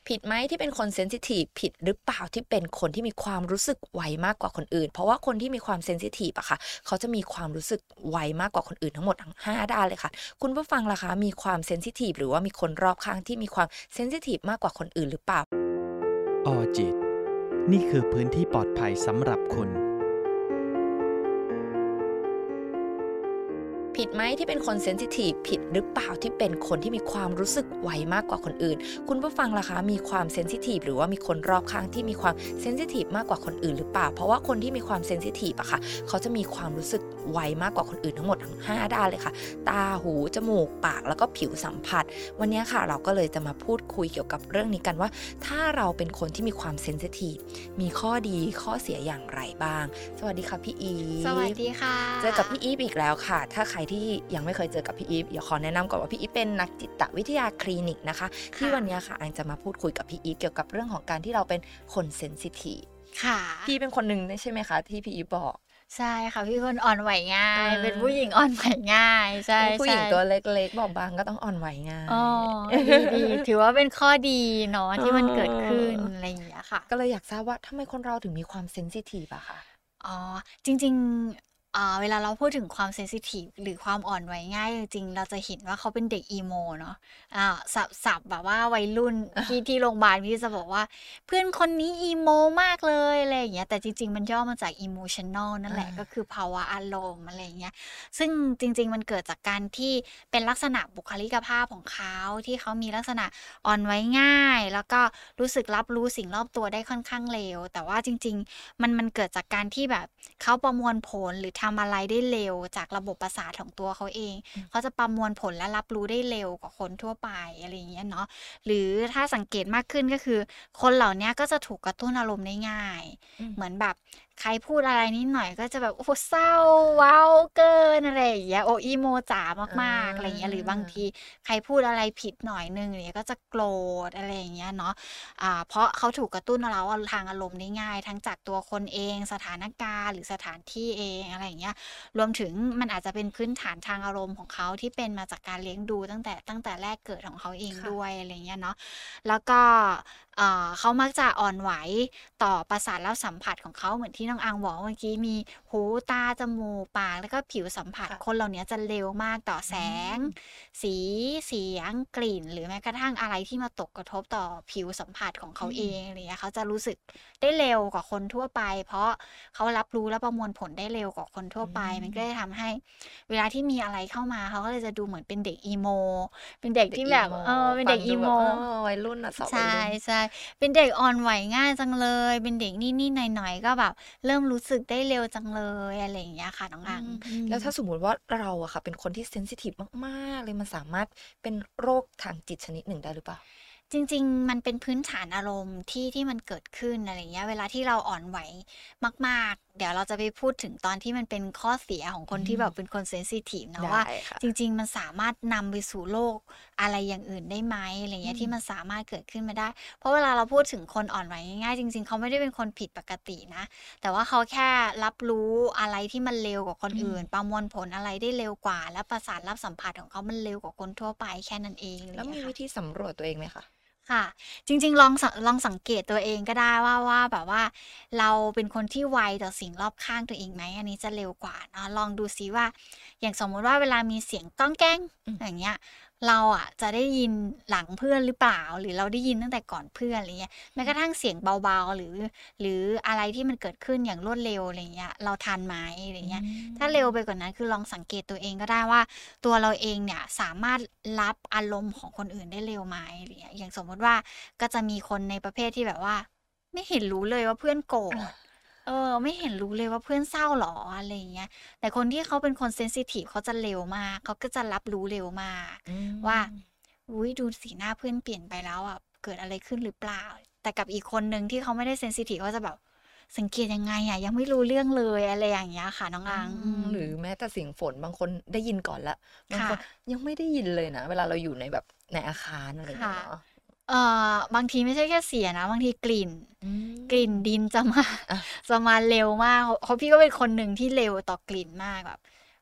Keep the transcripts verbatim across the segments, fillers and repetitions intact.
ผิดไหมที่เป็นคนเซนซิทีฟผิดหรือเปล่าที่เป็นคนที่มีความรู้สึกไวมากกว่าคนอื่นเพราะว่าคนที่มีความเซนซิทีฟอะค่ะเขาจะมีความรู้สึกไวมากกว่าคนอื่นทั้งหมดทั้งห้าด้านเลยค่ะคุณผู้ฟังล่ะคะมีความเซนซิทีฟหรือว่ามีคนรอบข้างที่มีความเซนซิทีฟมากกว่าคนอื่นหรือเปล่าออจิตนี่คือพื้นที่ปลอดภัยสำหรับคุณผิดไหมที่เป็นคนเซนซิทีฟผิดหรือเปล่าที่เป็นคนที่มีความรู้สึกไวมากกว่าคนอื่นคุณผู้ฟังล่ะคะมีความเซนซิทีฟหรือว่ามีคนรอบข้างที่มีความเซนซิทีฟมากกว่าคนอื่นหรือเปล่าเพราะว่าคนที่มีความเซนซิทีฟอะค่ะเขาจะมีความรู้สึกไวมากกว่าคนอื่นทั้งหมดทั้งห้าด้านเลยค่ะตาหูจมูกปากแล้วก็ผิวสัมผัสวันนี้ค่ะเราก็เลยจะมาพูดคุยเกี่ยวกับเรื่องนี้กันว่าถ้าเราเป็นคนที่มีความเซนซิทีฟมีข้อดีข้อเสียอย่างไรบ้างสวัสดีค่ะพี่อีฟสวัสดีค่ะเจอกับพี่อีฟอีกแล้วค่ะถ้าใครที่ยังไม่เคยเจอกับพี่อีฟเดี๋ยวขอแนะนำก่อนว่าพี่อีฟเป็นนักจิตวิทยาคลินิกนะคะที่วันนี้ค่ะอันจะมาพูดคุยกับพี่อีฟเกี่ยวกับเรื่องของการที่เราเป็นคนเซนซิทีฟค่ะพี่เป็นคนหนึ่งใช่ไหมคะที่พี่อีฟบอกใช่ค่ะพี่คนอ่อนไหวง่ายเป็นผู้หญิงอ่อนไหวง่ายใช่ผู้หญิงตัวเล็กๆบอบบางก็ต้องอ่อนไหวง่ายอ๋อดีๆถือว่าเป็นข้อดีเนาะที่มันเกิดขึ้นอะไรอย่างเงี้ยค่ะก็เลยอยากทราบว่าทำไมคนเราถึงมีความเซนซิทีฟอะคะอ๋อจริงๆอ่าเวลาเราพูดถึงความเซนซิทีฟหรือความอ่อนไหวง่ายจริงๆเราจะเห็นว่าเขาเป็นเด็กอีโมเนาะอ่าศัพท์ศัพท์แบบว่าวัยรุ่นที่ที่โรงพยาบาลพี่จะบอกว่าเพื่อนคนนี้อีโมมากเลยอะไรอย่างเงี้ยแต่จริงๆมันย่อมาจาก emotional นั่นแหละก็คือภาวะอารมณ์อะไรอย่างเงี้ยซึ่งจริงๆมันเกิดจากการที่เป็นลักษณะบุคลิกภาพของเขาที่เขามีลักษณะอ่อนไหวง่ายแล้วก็รู้สึกรับรู้สิ่งรอบตัวได้ค่อนข้างเร็วแต่ว่าจริงๆมันมันเกิดจากการที่แบบเขาประมวลผลหรือทำอะไรได้เร็วจากระบบประสาทของตัวเขาเองเขาจะประมวลผลและรับรู้ได้เร็วกว่าคนทั่วไปอะไรอย่างเงี้ยเนาะหรือถ้าสังเกตมากขึ้นก็คือคนเหล่านี้ก็จะถูกกระตุ้นอารมณ์ได้ง่ายเหมือนแบบใครพูดอะไรนิดหน่อยก็จะแบบโอ้โหเศร้าว้าวเกินอะไรอย่างเงี้ยโออีโมจ๋ามากๆอะไรอย่างเงี้ยหรือบางทีใครพูดอะไรผิดหน่อยนึงเนี่ยก็จะโกรธอะไรอย่างเงี้ยเนาะอ่าเพราะเขาถูกกระตุ้นเราทางอารมณ์ได้ง่ายทั้งจากตัวคนเองสถานการณ์หรือสถานที่เองอะไรอย่างเงี้ยรวมถึงมันอาจจะเป็นพื้นฐานทางอารมณ์ของเขาที่เป็นมาจากการเลี้ยงดูตั้งแต่ตั้งแต่แรกเกิดของเขาเองด้วยอะไรเงี้ยเนาะแล้วก็เอ่อเขามักจะอ่อนไหวต่อประสาทรับสัมผัสของเขาเหมือนที่น้องอังบอกเมื่อกี้มีหูตาจมูกปากแล้วก็ผิวสัมผัสคนเหล่านี้จะเร็วมากต่อแสงสีเสียงกลิ่นหรือแม้กระทั่งอะไรที่มาตกกระทบต่อผิวสัมผัสของเขาเองอะไรเงี้ยเขาจะรู้สึกได้เร็วกว่าคนทั่วไปเพราะเขารับรู้และประมวลผลได้เร็วกว่าคนทั่วไปมันก็เลยทำให้เวลาที่มีอะไรเข้ามาเขาก็เลยจะดูเหมือนเป็นเด็กอีโมเป็นเด็กที่แบบเออเป็นเด็กอีโมวัยรุ่นอะสอบใช่วัยรุ่นใช่เป็นเด็กอ่อนไหวง่ายจังเลยเป็นเด็กนี่ๆหน่อยๆก็แบบเริ่มรู้สึกได้เร็วจังเลยอะไรอย่างเงี้ยค่ะน้องอังแล้วถ้าสมมุติว่าเราอะค่ะเป็นคนที่เซนซิทีฟมากๆเลยมันสามารถเป็นโรคทางจิตชนิดหนึ่งได้หรือเปล่าจริงๆมันเป็นพื้นฐานอารมณ์ที่ที่มันเกิดขึ้นอะไรเงี้ยเวลาที่เราอ่อนไหวมากๆเดี๋ยวเราจะไปพูดถึงตอนที่มันเป็นข้อเสียของคนที่แบบเป็นคนเซนซิทีฟนะว่าจริงๆมันสามารถนำไปสู่โรคอะไรอย่างอื่นได้ไหมอะไรเงี้ยที่มันสามารถเกิดขึ้นมาได้เพราะเวลาเราพูดถึงคนอ่อนไหวง่ายๆจริงๆเขาไม่ได้เป็นคนผิดปกตินะแต่ว่าเขาแค่รับรู้อะไรที่มันเร็วกว่าคนอื่นประมวลผลอะไรได้เร็วกว่าและประสาทรับสัมผัสของเขามันเร็วกว่าคนทั่วไปแค่นั้นเองแล้วมีวิธีสำรวจตัวเองไหมคะค่ะจริงๆลองสลองสังเกตตัวเองก็ได้ว่าว่าแบบว่าเราเป็นคนที่ไวต่อสิ่งรอบข้างตัวเองไหมอันนี้จะเร็วกว่าเนาะลองดูซิว่าอย่างสมมุติว่าเวลามีเสียงก้องแก้งอย่างเงี้ยเราอะจะได้ยินหลังเพื่อนหรือเปล่าหรือเราได้ยินตั้งแต่ก่อนเพื่อนอะไรเงี้ยแม้กระทั่งเสียงเบาๆหรือหรืออะไรที่มันเกิดขึ้นอย่างรวดเร็วอะไรเงี้ยเราทันไหมอะไรเงี้ยถ้าเร็วไปกว่านั้นคือลองสังเกตตัวเองก็ได้ว่าตัวเราเองเนี่ยสามารถรับอารมณ์ของคนอื่นได้เร็วไหมอะไรเงี้ยอย่างสมมุติว่า ก็จะมีคนในประเภทที่แบบว่าไม่เห็นรู้เลยว่าเพื่อนโกรธเออไม่เห็นรู้เลยว่าเพื่อนเศร้าหรออะไรอย่างเงี้ยแต่คนที่เขาเป็นคนเซนซิทีฟเขาจะเร็วมากเขาก็จะรับรู้เร็วมากว่าอุ้ยดูสีหน้าเพื่อนเปลี่ยนไปแล้วอ่ะเกิดอะไรขึ้นหรือเปล่าแต่กับอีกคนหนึ่งที่เขาไม่ได้เซนซิทีฟเขาจะแบบสังเกตยังไงอ่ะยังไม่รู้เรื่องเลยอะไรอย่างเงี้ยค่ะน้องอังหรือแม้แต่เสียงฝนบางคนได้ยินก่อนละบางคนยังไม่ได้ยินเลยนะเวลาเราอยู่ในแบบในอาคารอะไรอย่างเงี้ยเอ่อบางทีไม่ใช่แค่เสียนะบางทีกลิ่นกลิ่นดินจะมาจะมาเร็วมากเพราะพี่ก็เป็นคนหนึ่งที่เร็วต่อกลิ่นมากแบบ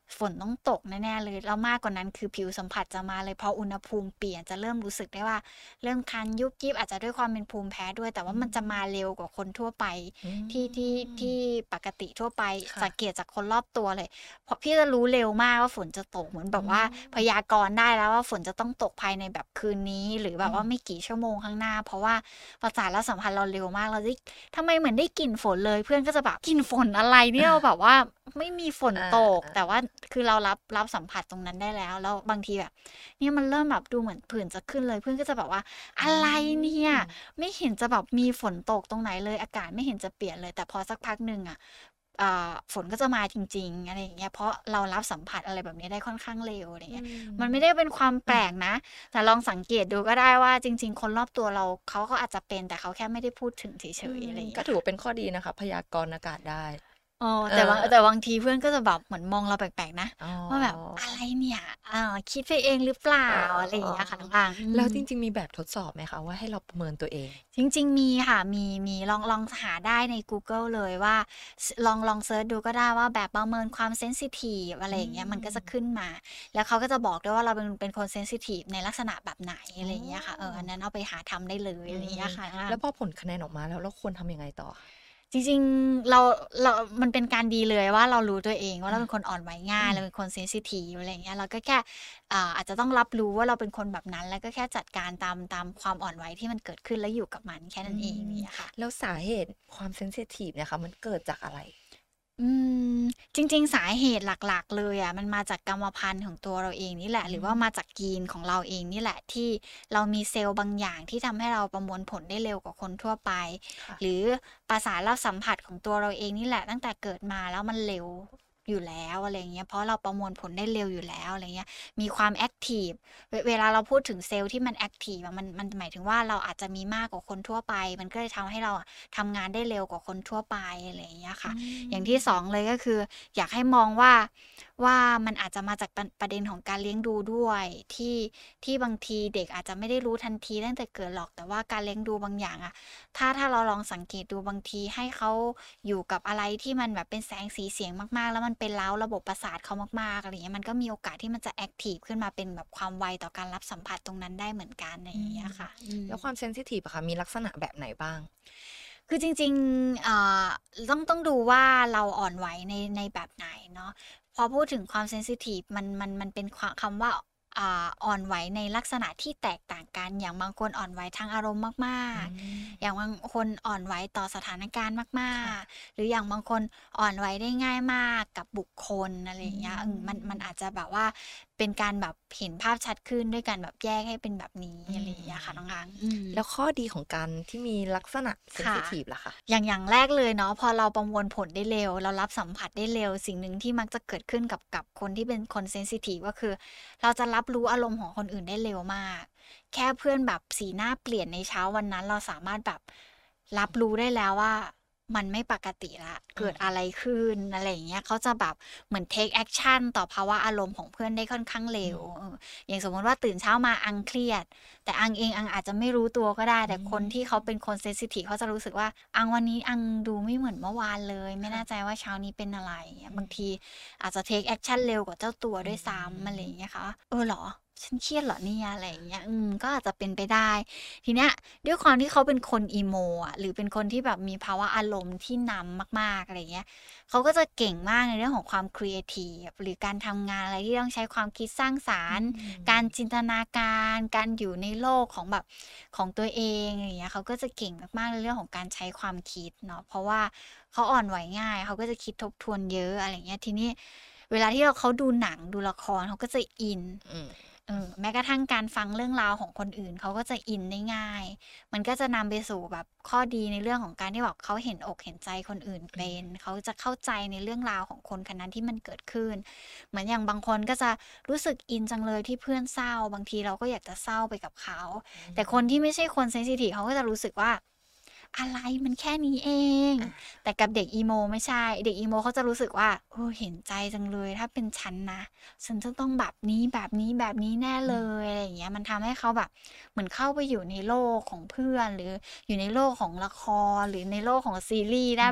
ฝนต้องตกแน่ๆเลยแล้วมากกว่านั้นคือผิวสัมผัสจะมาเลยพออุณหภูมิเปลี่ยนจะเริ่มรู้สึกได้ว่าเริ่มคันยุบยิบอาจจะด้วยความเป็นภูมิแพ้ด้วยแต่ว่ามันจะมาเร็วกว่าคนทั่วไปอืที่ที่มที่ปกติทั่วไปค่ะสังเกตจากคนรอบตัวเลยเพราะพี่จะรู้เร็วมากว่าฝนจะตกเหมือนแบอืบว่าพมยากรณ์ได้แล้วว่าฝนจะต้องตกภายในแบบคืนนี้หรือแบอืมบว่าไม่กี่ชั่วโมงข้างหน้าเพราะว่าประสาทรับสัมผัสเราเร็วมากเราได้ทำไมเหมือนได้กลิ่นฝนเลยเพื่อนก็จะแบบกลิ่นฝนอะไรเนี่ยเราแบบว่าไม่มีฝนอาตกแต่ว่าคือเรารับรับสัมผัสตรงนั้นได้แล้วแล้วบางทีแบบเนี่ยมันเริ่มแบบดูเหมือนผื่นจะขึ้นเลยเพื่อนก็จะแบบว่าอือะไรเนี่ยมไม่เห็นจะแบบมีฝนตกตรงไหนเลยอากาศไม่เห็นจะเปลี่ยนเลยแต่พอสักพักหนึ่งอะอ่าฝนก็จะมาจริงๆอะไรอย่างเงี้ยเพราะเรารับสัมผัสอะไรแบบนี้ได้ค่อนข้างเร็วอะไรอืเงี้ยมันไม่ได้มเป็นความแปลกนะแต่ลองสังเกตดูก็ได้ว่าจริงๆคนรอบตัวเราเขาก็อาจจะเป็นแต่เขาแค่ไม่ได้พูดถึงเฉอืยๆอะไรมอย่างเงี้ยค่ะก็ถือว่าเป็นข้อดีนะคะพยากรณ์อากาศได้เออเออแต่บางแต่บางทีเพื่อนก็จะแบบเหมือนมองเราแปลกๆนะอ๋อว่าแบบอะไรเนี่ยอ่าคิดไปเองหรือเปล่าอ๋อะไรอย่างเงี้ยค่ะอต่างๆอืมแล้วจริงๆมีแบบทดสอบไหมคะว่าให้เราประเมินตัวเองจริงๆมีค่ะมีมีลองลองหาได้ในกูเกิลเลยว่าสลองลองเซิร์ชดูก็ได้ว่าแบบประเมินความเซนซิทิฟอะไรอือย่างเงี้ยมันก็มจะขึ้นมาแล้วเขาก็จะบอกด้วยว่าเราเป็นเป็นคนเซนซิทิฟในลักษณะแบบไหนอ๋อะไรอย่างเงี้ยค่ะเออออันนั้นเอาไปหาทำได้เลยอือะไรอย่างมเงี้ยค่ะอาแล้วพอผลคะแนนออกมาแล้วเราควรทำยังไงต่อคะจริงๆเราเรามันเป็นการดีเลยว่าเรารู้ตัวเองว่าเราอาเป็นคนอ่อนไหวง่าอืมยเราเป็นคนเซนซิทิฟอะไรอย่างเงี้ยเราก็แค่อ่าอาจจะต้องรับรู้ว่าเราเป็นคนแบบนั้นแล้วก็แค่จัดการตามตามความอ่อนไหวที่มันเกิดขึ้นแล้วอยู่กับมันแค่อืนั้นเองมอย่างเงี้ยค่ะแล้วสาเหตุความเซนซิทิฟเนี่ยค่ะมันเกิดจากอะไรอืมจริงๆสาเหตุหลักๆเลยอะมันมาจากกรรมพันธุ์ของตัวเราเองนี่แหละอืหรือว่ามมาจากยีนของเราเองนี่แหละที่เรามีเซลล์บางอย่างที่ทำให้เราประมวลผลได้เร็วกว่าคนทั่วไปค่ะหรือประสาทรับสัมผัสของตัวเราเองนี่แหละตั้งแต่เกิดมาแล้วมันเร็วอยู่แล้วอะไรอย่างเงี้ยเพราะเราประมวลผลได้เร็วอยู่แล้วอะไรเงี้ยมีความแอ็กทิฟเวเวลาเราพูดถึงเซลล์ที่มันแอ็กทิฟอะมันมันหมายถึงว่าเราอาจจะมีมากกว่าคนทั่วไปมันก็เลยทำให้เราอะทำงานได้เร็วกว่าคนทั่วไปอะไรอย่างเงี้ยอืค่ะ อย่างที่มสองเลยก็คืออยากให้มองว่าว่ามันอาจจะมาจากประประเด็นของการเลี้ยงดูด้วยที่ที่บางทีเด็กอาจจะไม่ได้รู้ทันทีตั้งแต่เกิดหรอกแต่ว่าการเลี้ยงดูบางอย่างอะถ้าถ้าเราลองสังเกตดูบางทีให้เขาอยู่กับอะไรที่มันแบบเป็นแสงสีเสียงมากๆแล้วมันไปเร้าระบบประสาทเขามากๆอะไรอย่างเงี้ยมันก็มีโอกาสที่มันจะแอ็กทิฟขึ้นมาเป็นแบบความไวต่อการรับสัมผัสตรงนั้นได้เหมือนกันอะไรออืย่างเงี้มยค่ะอืมแล้วความเซนซิทิฟอะค่ะมีลักษณะแบบไหนบ้างคือจริงๆอ่าต้องต้องดูว่าเราอ่อนไหวในในแบบไหนเนาะพอพูดถึงความเซนซิทิฟมันมันมันเป็นความคำว่าอ่าอ่อนไหวในลักษณะที่แตกต่างกันอย่างบางคนอ่อนไหวทางอารมณ์มากอืมๆอย่างบางคนอ่อนไหวต่อสถานการณ์มากค่ะๆหรืออย่างบางคนอ่อนไหวได้ง่ายมากกับบุคคลอะไรอือย่างเงี้ยอืมมันมันอาจมจะแบบว่าเป็นการแบบเห็นภาพชัดขึ้นด้วยการแบบแยกให้เป็นแบบนี้อือะไรอย่างเงี้ยค่ะมน้องอังอืมแล้วข้อดีของการที่มีลักษณะเซนค่ะซิทิฟล่ะคะอย่างอย่างแรกเลยเนาะพอเราประมวลผลได้เร็วเรารับสัมผัสได้เร็วสิ่งหนึ่งที่มักจะเกิดขึ้นกับกับคนที่เป็นคนเซนซิทิฟก็คือเราจะรับรู้อารมณ์ของคนอื่นได้เร็วมากแค่เพื่อนแบบสีหน้าเปลี่ยนในเช้าวันนั้นเราสามารถแบบรับรู้ได้แล้วว่ามันไม่ปกติแล้วอืเกิดมอะไรขึ้นอะไรอย่างเงี้ยเขาจะแบบเหมือน take action ต่อภาวะอารมณ์ของเพื่อนได้ค่อนข้างเร็วอืมเอออย่างสมมุติว่าตื่นเช้ามาอังเครียด แต่อังเองอังอาจจะไม่รู้ตัวก็ได้อืแต่คนที่เขามเป็นคนเซนซิทิฟเขาจะรู้สึกว่าอังวันนี้อังดูไม่เหมือนเมื่อวานเลยไม่แน่ใจค่ะว่าเช้านี้เป็นอะไรเงี้ยอืมบางทีอาจจะ take action เร็วกว่าเจ้าตัวอืด้วยซ้ำอะไรอย่างมเงี้ยค่ะเออเหรอฉันเครียดเหรอเนี่ยอะไรอย่างเงี้ยอืมก็อาจจะเป็นไปได้ทีเนี้ยด้วยความที่เขาเป็นคนอีโมอะหรือเป็นคนที่แบบมีภาวะอารมณ์ที่นำมากๆอะไรอย่างเงี้ย เขาก็จะเก่งมากในเรื่องของความครีเอทีฟหรือการทำงานอะไรที่ต้องใช้ความคิดสร้างสรอืรค์การมจินตนาการการอยู่ในโลกของแบบของตัวเองอะไรอย่างเงี้ยเขาก็จะเก่งมากๆในเรื่องของการใช้ความคิดเนาะเพราะว่าเขาอ่อนไหวง่ายเขาก็จะคิดทบทวนเยอะอะไรอย่างเงี้ยทีนี้เวลาที่เราเขาดูหนังดูละครเขาก็จะอินอืมเออแม้กระทั่งการฟังเรื่องราวของคนอื่นเขาก็จะอินได้ง่าย มันก็จะนำไปสู่แบบข้อดีในเรื่องของการที่แบบเขาเห็นอกเห็นใจคนอื่นอืเป็นมเขาจะเข้าใจในเรื่องราวของคนคนนั้นที่มันเกิดขึ้นเหมือนอย่างบางคนก็จะรู้สึกอินจังเลยที่เพื่อนเศร้าบางทีเราก็อยากจะเศร้าไปกับเขาแต่คนที่ไม่ใช่คนเซนซิทีฟเขาก็จะรู้สึกว่าอะไรมันแค่นี้เองอาแต่กับเด็กอีโมไม่ใช่เด็กอีโมเขาจะรู้สึกว่าเออเห็นใจจังเลยถ้าเป็นฉันนะฉันจะต้องแบบนี้แบบนี้แบบนี้แน่อืมเลยอะไรอย่างเงี้ยมันทำให้เขาแบบ เหมือนเข้าไปอยู่ในโลกของเพื่อนหรืออยู่ในโลกของละครหรือในโลกของซีรีส์อืมได้แบบ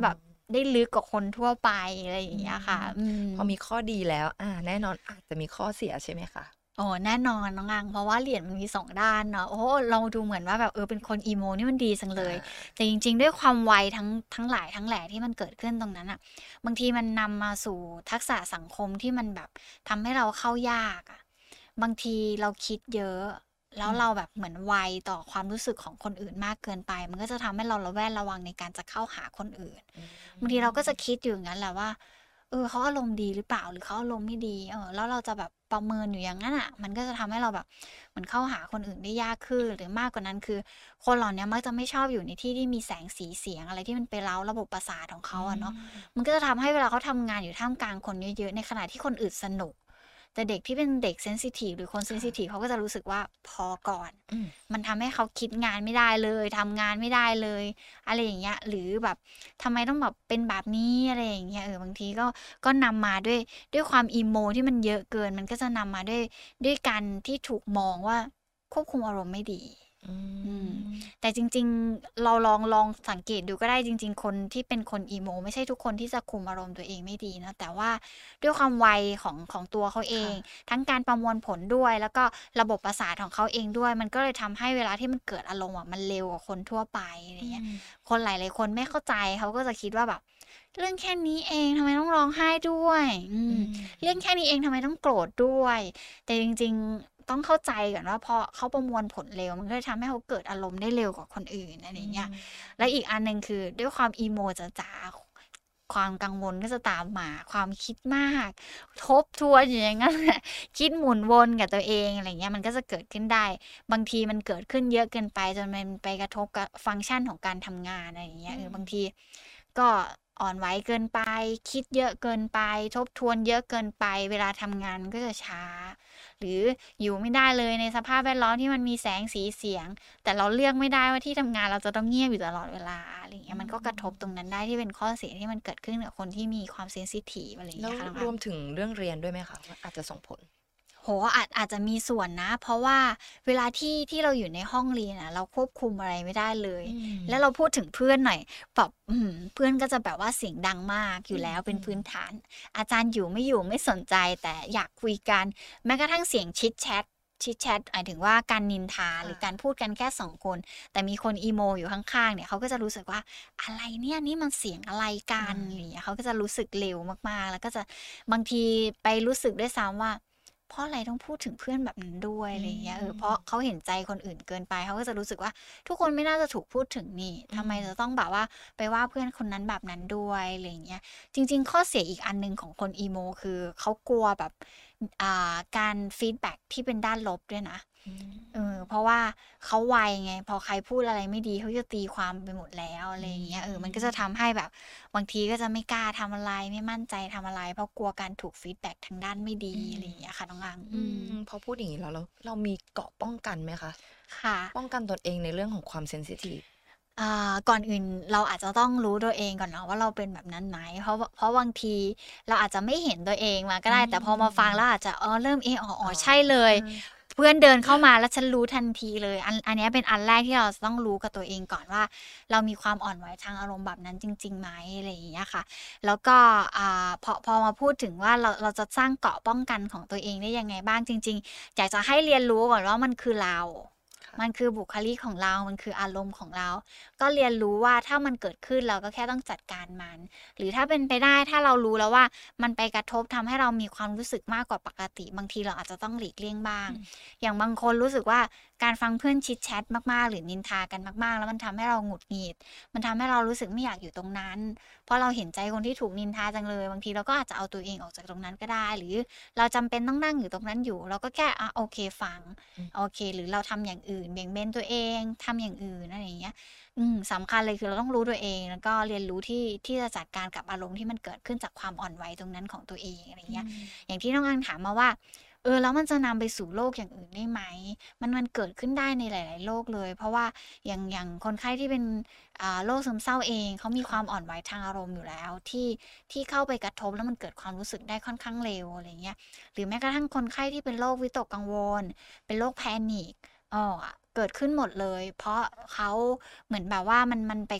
ได้ลึกกว่าคนทั่วไปอะไรออืย่างเงี้ยค่ะมอืมพอมีข้อดีแล้ว อา แน่นอนอาจจะมีข้อเสียใช่ไหมคะ? อ๋อ แน่นอนน้องอัง เพราะว่าเหรียญมันมี สอง ด้านเนาะ โอ้โฮ เราดูเหมือนว่าแบบ เออ เป็นคนอีโมนี่มันดีจังเลอยาแต่จริง ๆ ด้วยความไวทั้ง ทั้งหลายทั้งแหล่ที่มันเกิดขึ้นตรงนั้นน่ะ บางทีมันนำมาสู่ทักษะสังคมที่มันแบบทำให้เราเข้ายากอะ บางทีเราคิดเยอะ แลอ้ืวเรมาแบบเหมือนไวต่อความรู้สึกของคนอื่นมากเกินไป มันก็จะทำให้เราระแวดระวังในการจะเข้าหาคนอื่นอืบางทีเราก็จะมคิดอยู่อย่างงั้นแหละว่า เออ เขาอารมณ์ดีหรือเปล่า หรือเขาอารมณ์ไม่ดี เออ แล้วเราจะแบบประเมินอยู่อย่างงั้นน่ะ มันก็จะทำให้เราแบบเหมือนเข้าหาคนอื่นได้ยากขึ้น หรือมากกว่านั้น คือคนเหล่าเนี้ยมักจะไม่ชอบอยู่ในที่ที่มีแสงสีเสียงอะไรที่มันไปเร้าระบบประสาทของเขอืาอะเนาะมมันก็จะทำให้เวลาเขาทำงานอยู่ท่ามกลางคนเยอะ ๆ ในขณะที่คนอื่นสนุก แต่เด็กที่เป็นเด็กเซนซิทิฟ หรือคนเซคน่ซิะทิฟ เขาก็จะรู้สึกว่า พอก่อนอืมมันทำให้เขาคิดงานไม่ได้เลย ทำงานไม่ได้เลย อะไรอย่างเงี้ย หรือแบบทำไมต้องแบบเป็นแบบนี้ อะไรอย่างเงี้ย เออ บางทีก็ ก็นำมาด้วย ด้วยความอีโมที่มันเยอะเกิน มันก็จะนำมาด้วย ด้วยการที่ถูกมองว่าควบคุมอารมณ์ไม่ดีอือืมมแต่จริง ๆ เราลอง ลองสังเกตดูก็ได้ จริง ๆ คนที่เป็นคนอีโมไม่ใช่ทุกคนที่จะคุมอารมณ์ตัวเองไม่ดีนะ แต่ว่าด้วยความไวของ ของตัวเขาเอค่งะทั้งการประมวลผลด้วย แล้วก็ระบบประสาทของเขาเองด้วย มันก็เลยทำให้เวลาที่มันเกิดอารมณ์อะ มันเร็วกว่าคนทั่วไป อะไรออย่างเงี้ยืมคนหลาย ๆ คนไม่เข้าใจ เขาก็จะคิดว่าแบบ "เรื่องแค่นี้เอง ทำไมต้องร้องไห้ด้วย" อือืม "เรื่องมแค่นี้เอง ทำไมต้องโกรธด้วย" แต่จริง ๆ ต้องเข้าใจก่อนว่า พอเขาประมวลผลเร็ว มันก็เลยทำให้เขาเกิดอารมณ์ได้เร็วกว่าคนอื่น อะไรออืย่างเงี้ย และมอีกอันหนึ่ง คือด้วยความอีโมจ๋า ๆ ความกังวลก็จะตามมา ความคิดมาก ทบทวนอยู่อย่าง งั้นแหละ คิดหมุนวนกับตัวเอง อะไรอย่างเงี้ย มันก็จะเกิดขึ้นได้ บางทีมันเกิดขึ้นเยอะเกินไปจนมันไปกระทบกับฟังก์ชันของการทำงาน อะไรอย่างเงี้อืย เออ บางมทีก็อ่อนไหวเกินไป คิดเยอะเกินไป ทบทวนเยอะเกินไป เวลาทำงานมันก็จะช้า หรืออยู่ไม่ได้เลยในสภาพแวดล้อมที่มันมีแสงสีเสียง แต่เราเลือกไม่ได้ว่าที่ทำงานเราจะต้องเงียบอยู่ตลอดเวลา อะไรอย่างเองืี้ย มันก็กระทบตรงมนั้นได้ ที่เป็นข้อเสียที่มันเกิดขึ้นกับคนที่มีความเซนซิทิฟ อะไรอย่าแงลเง้ี้วยยค่ะน้องอรังวมถึงเรื่องเรียนด้วยไหมคะว่า อาจจะส่งผล? โอ้โฮ อาจ อาจจะมีส่วนนะ เพราะว่าเวลาที่ ที่เราอยู่ในห้องเรียนอะ เราควบคุมอะไรไม่ได้เลยอืแล้วมเราพูดถึงเพื่อนหน่อย แบบ อื้อฮือ เพื่อนก็จะแบบว่าเสียงดังมากออยู่แล้วเป็ืนพื้นมฐาน อาจารย์อยู่ไม่อยู่ไม่สนใจ แต่อยากคุยกัน แม้กระทั่งเสียง chit-chat chit-chat หมายถึงว่าการนินทาคหร่ือการะพูดกันแค่ สอง คน แต่มีคนอีโมอยู่ข้าง ๆ เนี่ย เขาก็จะรู้สึกว่า "อะไรเนี่ย นี่มันเสียงอะไรกอัน?" อะไราอย่างเงี้ย เขาก็จะรู้สึกเร็วมาก ๆ แล้วก็จะ บางทีไปรู้สึกด้วยซ้ำว่า เพราะอะไรต้องพูดถึงเพื่อนแบบนั้นด้วยอือะไรอย่างเงี้ย เออ เพราะมเขาเห็นใจคนอื่นเกินไป เขาก็จะรู้สึกว่า ทุกคนไม่น่าจะถูกพูดถึงนี่อืทำไมจะมต้องแบบว่าไปว่าเพื่อนคนนั้นแบบนั้นด้วย อะไรอย่างเงี้ย จริง ๆ ข้อเสียอีกอันหนึ่งของคนอีโม คือเขากลัวแบบ อ่า การฟีดแบ็กที่เป็นด้านลบด้วยนะอืเออมเพราะว่าเขาไวไง พอใครพูดอะไรไม่ดี เขาจะตีความไปหมดแล้ว อะอืไรอย่างเงี้ย เออ มันก็จะทมำให้แบบบางทีก็จะไม่กล้าทำอะไร ไม่มั่นใจทำอะไร เพราะกลัวการถูกฟีดแบ็กทางด้านไม่ดีอือะไรมอย่างเงี้ยค่ะน้องอังออืืมมพอพูดอย่างงี้แล้ว แล้วเรามีเกราะป้องกันไหมคะ? ค่ะป้องกันตนเองในเรื่องของความเซนซิทิฟอ่า ก่อนอื่นเราอาจจะต้องรู้ตัวเองก่อนเนาะว่า เราเป็นแบบนั้นไหม เพราะ ว เพราะบางทีเราอาจจะไม่เห็นตัวเองมาก็อืได้ แต่พอมาฟังแล้มวอาจจะ อ๋อ เริ่ม เอ๊ะ อ๋อ๋ออๆ ใช่เลย เพื่อนเดินเข้ามาแล้วฉันรู้ทันทีเลย อัน อันเนี้ยเป็นอันแรกที่เราจะต้องรู้กับตัวเองก่อนว่า เรามีความอ่อนไหวทางอารมณ์แบบนั้นจริง ๆ ไหม อะไรอย่างเงี้ยค่ะ แล้วก็ อ่า พอ พอมาพูดถึงว่า เรา เราจะสร้างเกราะป้องกันของตัวเองได้ยังไงบ้าง จริง ๆ อยากจะให้เรียนรู้ก่อนว่า มันคือเราค่มัะนคือบุคลิกของเรา มันคืออารมณ์ของเรา ก็เรียนรู้ว่า ถ้ามันเกิดขึ้นเราก็แค่ต้องจัดการมัน หรือถ้าเป็นไปได้ ถ้าเรารู้แล้วว่า มันไปกระทบทำให้เรามีความรู้สึกมากกว่าปกติ บางทีเราอาจจะต้องหลีกเลี่ยงบ้างอืมอย่างบางคนรู้สึกว่า การฟังเพื่อน chit-chat มาก ๆ หรือนินทากันมาก ๆ แล้วมันทำให้เราหงุดหงิด มันทำให้เรารู้สึกไม่อยากอยู่ตรงนั้น เพราะเราเห็นใจคนที่ถูกนินทาจังเลย บางทีเราก็อาจจะเอาตัวเองออกจากตรงนั้นก็ได้ หรือเราจำเป็นต้องนั่งอยู่ตรงนั้นอยู่ เราก็แค่ อะ โอเค ฟังอืมโอเค หรือเราทำอย่างอื่น เบี่ยงเบนตัวเอง ทำอย่างอื่น อะไรอย่างเงี้ย อืม สำคัญเลยคือเราต้องรู้ตัวเอง แล้วก็เรียนรู้ที่ ที่จะจัดการกับอารมณ์ที่มันเกิดขึ้นจากความอ่อนไหวตรงนั้นของตัวเอง อะไรอืเงี้ยมอย่างที่น้องอังถามมาว่า เออ แล้วมันจะนำไปสู่โรคอย่างอื่นได้ไหม มัน มันเกิดขึ้นได้ในหลาย ๆ โรคเลย เพราะว่าอย่าง อย่างคนไข้ที่เป็น อ่า โรคซึมเศร้าเอง เขามีคค่วามะอ่อนไหวทางอารมณ์อยู่แล้ว ที่ ที่เข้าไปกระทบแล้วมันเกิดความรู้สึกได้ค่อนข้างเร็ว อะไรเงี้ย หรือแม้กระทั่งคนไข้ที่เป็นโรควิตกกังวล เป็นโรค panic อ้อ เกิดขึ้นหมดเลย เพราะเขาเหมือนแบบว่ามัน มันไปกระ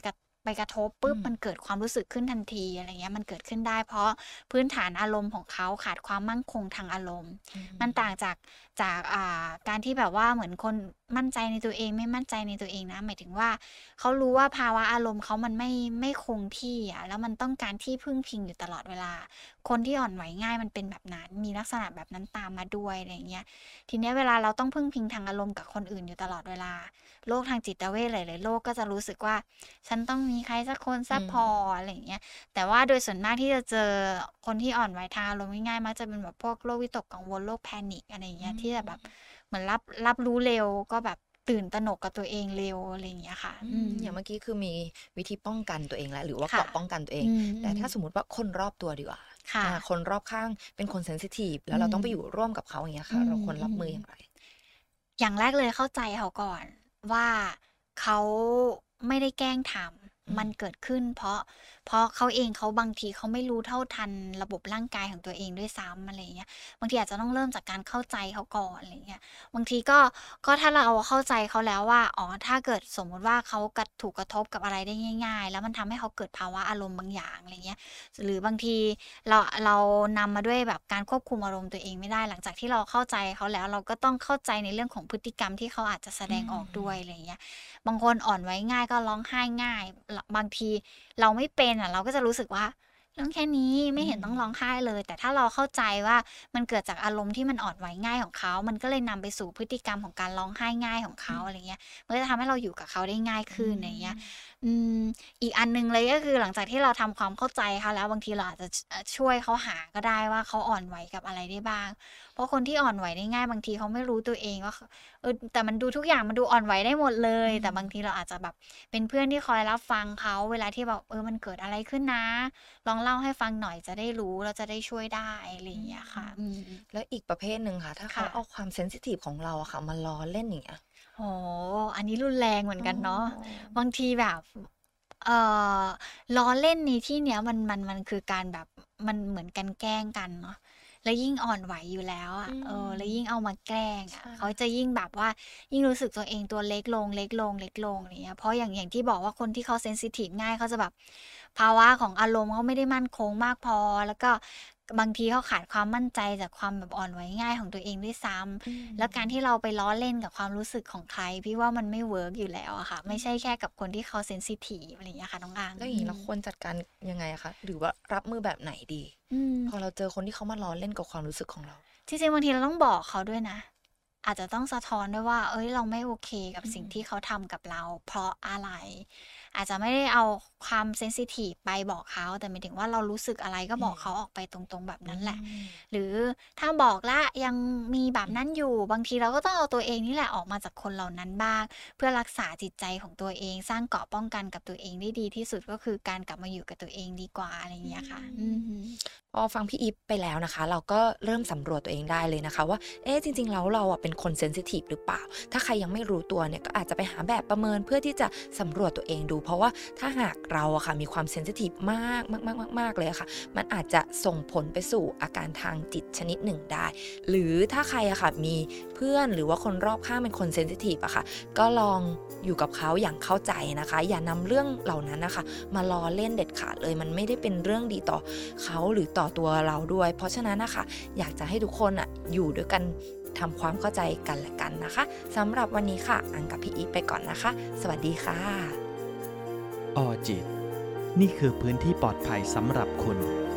ไปกระทบอืปุ๊บมมันเกิดความรู้สึกขึ้นทันที อะไรเงี้ย มันเกิดขึ้นได้ เพราะพื้นฐานอารมณ์ของเขาขาดความมั่นคงทางอารมณ์อืมันต่างมจาก จาก อ่า การที่แบบว่าเหมือนคนมั่นใจในตัวเอง ไม่มั่นใจในตัวเองนะ หมายถึงว่า เขารู้ว่าภาวะอารมณ์เขามันไม่ ไม่คงที่อะ แล้วมันต้องการที่พึ่งพิงอยู่ตลอดเวลา คนที่อ่อนไหวง่ายมันเป็นแบบนั้น มีลักษณะแบบนั้นตามมาด้วย อะไรอย่างเงี้ย ทีเนี้ยเวลาเราต้องพึ่งพิงทางอารมณ์กับคนอื่นอยู่ตลอดเวลา โรคทางจิตเวชหลาย ๆ โรคก็จะรู้สึกว่า ฉันต้องมีใครสักคนอืซัปพอร์มอะไรอย่างเงี้ย แต่ว่าโดยส่วนมากที่จะเจอคนที่อ่อนไหวทางอารมณ์ง่าย ๆ มักจะเป็นแบบพวกโรควิตกกังวล โรค panic อะไรอย่างอเงี้ืย ที่จะแบบมเหมือนรับ รับรู้เร็ว ก็แบบตื่นตระหนกกับตัวเองเร็ว อะไรอย่างเงี้ยค่ะอือืม อย่างมเมื่อกี้คือมีวิธีป้องกันตัวเองแล้ว หรือว่าคเก่ะราะป้องกันตัวเอองืแต่มถ้าสมๆมุติว่าคนรอบตัวดีกว่าค่อ่าะคนรอบข้างเป็นคนเซนซิทิฟ แลอ้ืวเราต้องไปอมยู่ร่วมกับเขา อย่างเงี้ยๆ อค่ะ เราควรรัืบมมืออย่างไร? ๆ อย่างแรกเลยเข้าใจเขาก่อนว่าเขาไม่ได้แกล้งทอืำ มันมเกิดขึ้นเพราะ เพราะเขาเอง เขา บางทีเขาไม่รู้เท่าทันระบบร่างกายของตัวเองด้วยซ้ำ อะไรอย่างเงี้ย บางทีอาจจะต้องเริ่มจากการเข้าใจเขาก่อน อะไรอย่างเงี้ย บางทีก็ ก็ถ้าเราเข้าใจเขาแล้วว่า อ๋อ ถ้าเกิดสมมุติว่าเขากระ ถูกกระทบกับอะไรได้ง่าย ๆ แล้วมันทำให้เขาเกิดภาวะอารมณ์บางอย่าง อะไรเงี้ย หรือบางทีเรา เรานำมาด้วยแบบการควบคุมอารมณ์ตัวเองไม่ได้ หลังจากที่เราเข้าใจเขาแล้ว เราก็ต้องเข้าใจในเรื่องของพฤติกรรมที่เขาอาจจะแสอืดงออกด้วยมอะไรอย่างเงี้ย บางคนอ่อนไหวง่ายก็ร้องไห้ง่าย ล บางทีเราไม่เป็นอะ เราก็จะรู้สึกว่า เรื่องแค่นี้ไอม่ืเห็นต้องร้องมไห้เลย แต่ถ้าเราเข้าใจว่ามันเกิดจากอารมณ์ที่มันอ่อนไหวง่ายของเขา มันก็เลยนำไปสู่พฤติกรรมของการร้องไห้ง่ายของเขอืามอะไรเงี้ย มันก็จะทำให้เราอยู่กับเขาได้ง่ายอืขึ้น อะไรอย่างเงี้ยมอืม อีกอันหนึ่งเลยก็คือหลังจากที่เราทำความเข้าใจเขาแล้ว บางทีเราอาจจะ ช อ่า ช่วยเขาหาก็ได้ว่าเขาอ่อนไหวกับอะไรได้บ้าง เพราะคนที่อ่อนไหวได้ง่าย บางทีเขาไม่รู้ตัวเองว่า ข เออ แต่มันดูทุกอย่างมันดูอ่อนไหวได้หมดเลอืย แต่บางมทีเราอาจจะแบบเป็นเพื่อนที่คอยรับฟังเขาเวลาที่แบบ เออ มันเกิดอะไรขึ้นนะ ลองเล่าให้ฟังหน่อยจะได้รู้ แล้วจะได้ช่วยได้ อะไรออืย่างเงี้ยค่ะมอืมแล้วอีกประเภทหนึ่งค่ะ ถ้าเคขา่เอาะความเซนซิทิฟของเราอะค่ะมาล้อเล่น อย่างเงี้ยโอ้โฮ อันนี้รุนแรงเหมืออน๋กันเนาะอบางทีแบบ เอ่อ ล้อเล่นในที่เนี้ยมัน มัน มันคือการแบบ มันเหมือนกันแกล้งกันเนาะ แล้วยิ่งอ่อนไหวอยู่แล้วออืะ เออมแล้วยิ่งเอามาแกล้งใชอะ เขา่จะยิ่งแบบว่า ยิ่งรู้สึกตัวเองตัวเล็กลง เล็กลง เล็กลง อะไรเงี้ย เพราะอย่าง อย่างที่บอกว่าคนที่เขาเซนซิทิฟง่าย เขาจะแบบภาวะของอารมณ์เขาไม่ได้มั่นคงมากพอ แล้วก็บางทีเขาขาดความมั่นใจจากความแบบอ่อนไหวง่ายของตัวเองด้วยซ้อืำ แล้วการมที่เราไปล้อเล่นกับความรู้สึกของใคร พี่ว่ามันไม่เวิร์กอยู่แล้วอะค่ะอืไม่ใช่แค่มกับคนที่เขาเซนซิทิฟ อะไรอย่างเงี้ยค่ะน้องอังแล้วอย่อาืงงี้เรามควรจัดการยังไงอะคะ? หรือว่ารับมือแบบไหนดี? อืมพอเราเจอคนที่เขามาล้อเล่นกับความรู้สึกของเราจริง ๆ บางทีเราต้องบอกเขาด้วยนะ อาจจะต้องสะท้อนด้วยว่า เฮ้ย เราไม่โอเคกับอืสิ่งที่มเขาทำกับเรา เพราะอะไร อาจจะไม่ได้เอาความเซนซิทิฟไปบอกเขา แต่หมายถึงว่าเรารู้สึกอะไรก็อืมบอกเขาออกไปตรง ๆ แบบอืนั้นแหละมหรือถ้าบอกแล้วยังมีแบอืมบนั้นอยู่ บางทีเราก็ต้องเอาตัวเองนี่แหละออกมาจากคนเหล่านั้นบ้าง เพื่อรักษาจิตใจของตัวเอง สร้างเกราะป้องกันกับตัวเองได้ดีที่สุด ก็คือการกลับมาอยู่กับตัวเองดีกว่า อะไรอย่าองืเงี้ยค่ะ อืมอฮึพอฟังพี่อีฟไปแล้วนะคะ เราก็เริ่มสำรวจตัวเองได้เลยนะคะว่า เอ๊ะ จริง ๆ แล้วเราอะเป็นคนเซนซิทิฟหรือเปล่า? ถ้าใครยังไม่รู้ตัวเนี่ย ก็อาจจะไปหาแบบประเมินเพื่อที่จะสำรวจตัวเองดู เพราะว่าถ้าหากเราอะค่ะมีความเซนซิทิฟมาก มาก ๆ ๆ ๆ เลยอะค่ะ มันอาจจะส่งผลไปสู่อาการทางจิตชนิดหนึ่งได้ หรือถ้าใครอะค่ะมีเพื่อน หรือว่าคนรอบข้างเป็นคนเซนซิทิฟอะค่ะ ก็ลองอยู่กับเขาอย่างเข้าใจนะคะ อย่านำเรื่องเหล่านั้นน่ะค่ะมาล้อเล่นเด็ดขาดเลย มันไม่ได้เป็นเรื่องดีต่อเขาหรือต่อตัวเราด้วย เพราะฉะนั้นน่ะค่ะ อยากจะให้ทุกคนน่ะอยู่ด้วยกัน ทำความเข้าใจกันและกันนะคะ สำหรับวันนี้ค่ะ อังกับพี่อีฟไปก่อนนะคะ สวัสดีค่ะออจิต นี่คือพื้นที่ปลอดภัยสำหรับคุณ